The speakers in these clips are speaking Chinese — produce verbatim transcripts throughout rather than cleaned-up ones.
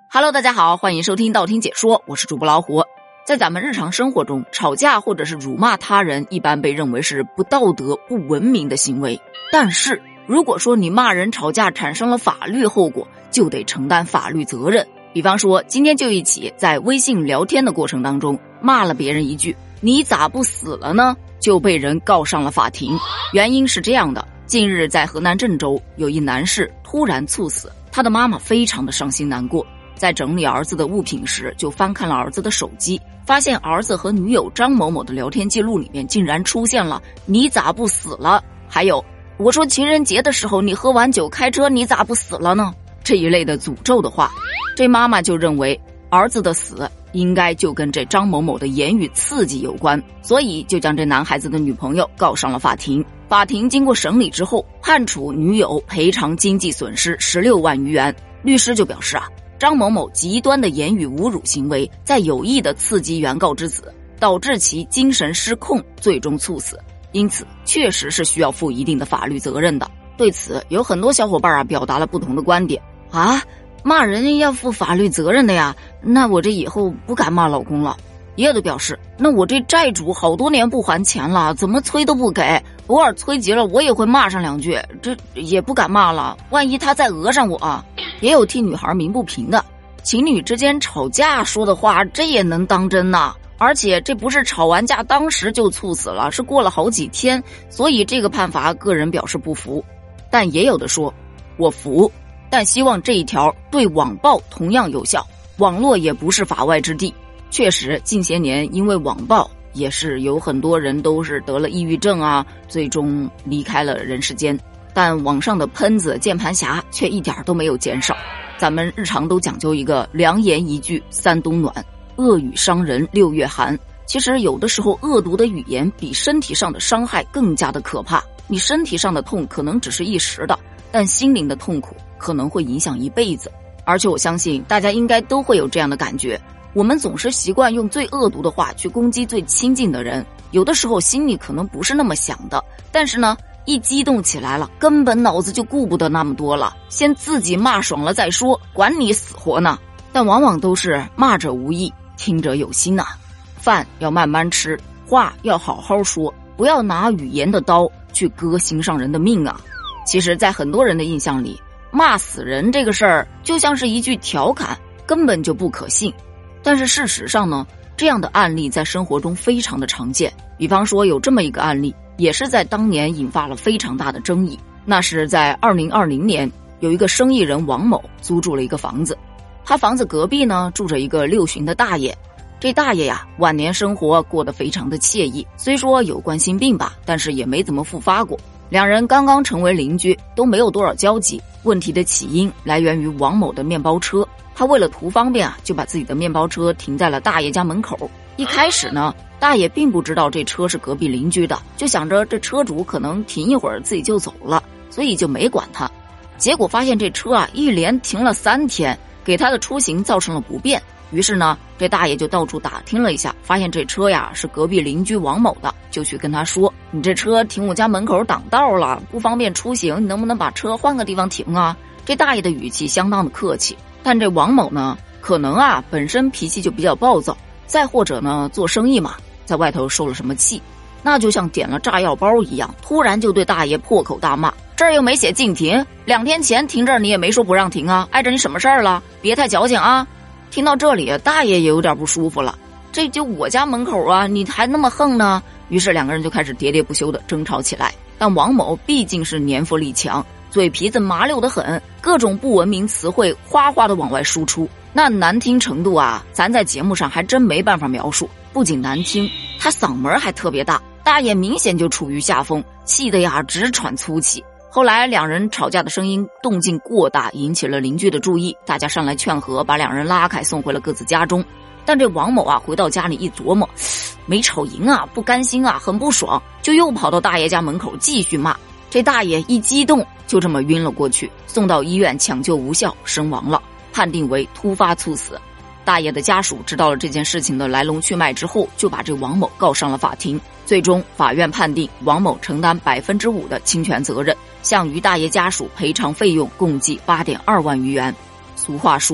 Hello， 大家好，欢迎收听道听解说，我是主播老虎。在咱们日常生活中，吵架或者是辱骂他人，一般被认为是不道德、不文明的行为。但是，如果说你骂人吵架产生了法律后果，就得承担法律责任。比方说，今天就一起在微信聊天的过程当中，骂了别人一句“你咋不死了呢”，就被人告上了法庭。原因是这样的，近日在河南郑州，有一男士突然猝死，他的妈妈非常的伤心难过。在整理儿子的物品时，就翻看了儿子的手机，发现儿子和女友张某某的聊天记录里面竟然出现了“你咋不死了”，还有“我说情人节的时候你喝完酒开车，你咋不死了呢”这一类的诅咒的话。这妈妈就认为儿子的死应该就跟这张某某的言语刺激有关，所以就将这男孩子的女朋友告上了法庭。法庭经过审理之后，判处女友赔偿经济损失十六万余元。律师就表示啊，张某某极端的言语侮辱行为，在有意的刺激原告之子，导致其精神失控，最终猝死，因此确实是需要负一定的法律责任的。对此，有很多小伙伴啊表达了不同的观点啊，骂人要负法律责任的呀，那我这以后不敢骂老公了。也有的表示，那我这债主好多年不还钱了，怎么催都不给，偶尔催急了我也会骂上两句，这也不敢骂了，万一他再讹上我啊。也有替女孩鸣不平的，情侣之间吵架说的话，这也能当真呐？而且这不是吵完架当时就猝死了，是过了好几天，所以这个判罚个人表示不服。但也有的说，我服，但希望这一条对网暴同样有效，网络也不是法外之地。确实近些年因为网暴也是有很多人都是得了抑郁症啊，最终离开了人世间。但网上的喷子键盘侠却一点都没有减少。咱们日常都讲究一个良言一句三冬暖，恶语伤人六月寒。其实有的时候恶毒的语言比身体上的伤害更加的可怕。你身体上的痛可能只是一时的，但心灵的痛苦可能会影响一辈子。而且我相信大家应该都会有这样的感觉，我们总是习惯用最恶毒的话去攻击最亲近的人，有的时候心里可能不是那么想的，但是呢一激动起来了，根本脑子就顾不得那么多了，先自己骂爽了再说，管你死活呢。但往往都是骂者无意，听者有心呐、啊。饭要慢慢吃，话要好好说，不要拿语言的刀去割心上人的命啊。其实在很多人的印象里，骂死人这个事儿就像是一句调侃，根本就不可信。但是事实上呢，这样的案例在生活中非常的常见。比方说有这么一个案例，也是在当年引发了非常大的争议。那是在二零二零年，有一个生意人王某租住了一个房子，他房子隔壁呢住着一个六旬的大爷。这大爷呀，晚年生活过得非常的惬意，虽说有冠心病吧，但是也没怎么复发过。两人刚刚成为邻居，都没有多少交集。问题的起因来源于王某的面包车，他为了图方便啊，就把自己的面包车停在了大爷家门口。一开始呢，大爷并不知道这车是隔壁邻居的，就想着这车主可能停一会儿自己就走了，所以就没管他。结果发现这车啊一连停了三天，给他的出行造成了不便。于是呢，这大爷就到处打听了一下，发现这车呀是隔壁邻居王某的，就去跟他说，你这车停我家门口挡道了，不方便出行，你能不能把车换个地方停啊？这大爷的语气相当的客气，但这王某呢，可能啊本身脾气就比较暴躁，再或者呢做生意嘛，在外头受了什么气，那就像点了炸药包一样，突然就对大爷破口大骂，这儿又没写禁停，两天前停这儿你也没说不让停啊，碍着你什么事儿了？别太矫情啊！听到这里，大爷也有点不舒服了，这就我家门口啊，你还那么横呢？于是两个人就开始喋喋不休的争吵起来。但王某毕竟是年富力强，嘴皮子麻溜得很，各种不文明词汇哗哗的往外输出，那难听程度啊，咱在节目上还真没办法描述。不仅难听，他嗓门还特别大，大爷明显就处于下风，气得呀直喘粗气。后来两人吵架的声音动静过大，引起了邻居的注意，大家上来劝和，把两人拉开，送回了各自家中。但这王某啊回到家里一琢磨，没吵赢啊，不甘心啊，很不爽，就又跑到大爷家门口继续骂。这大爷一激动就这么晕了过去，送到医院抢救无效身亡了，判定为突发猝死。大爷的家属知道了这件事情的来龙去脉之后，就把这王某告上了法庭。最终法院判定王某承担百分之五的侵权责任，向于大爷家属赔偿费用共计八点二万余元。俗话说，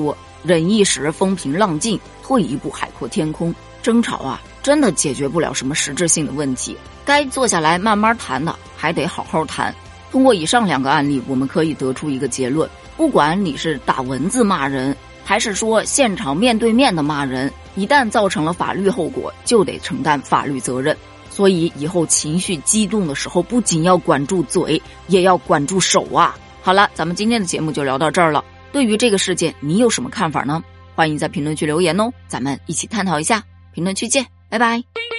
忍一时风平浪静，退一步海阔天空。争吵啊，真的解决不了什么实质性的问题，该坐下来慢慢谈的，还得好好谈。通过以上两个案例，我们可以得出一个结论：不管你是打文字骂人，还是说现场面对面的骂人，一旦造成了法律后果，就得承担法律责任。所以以后情绪激动的时候，不仅要管住嘴，也要管住手啊！好了，咱们今天的节目就聊到这儿了。对于这个事件，你有什么看法呢？欢迎在评论区留言哦，咱们一起探讨一下。评论区见，拜拜。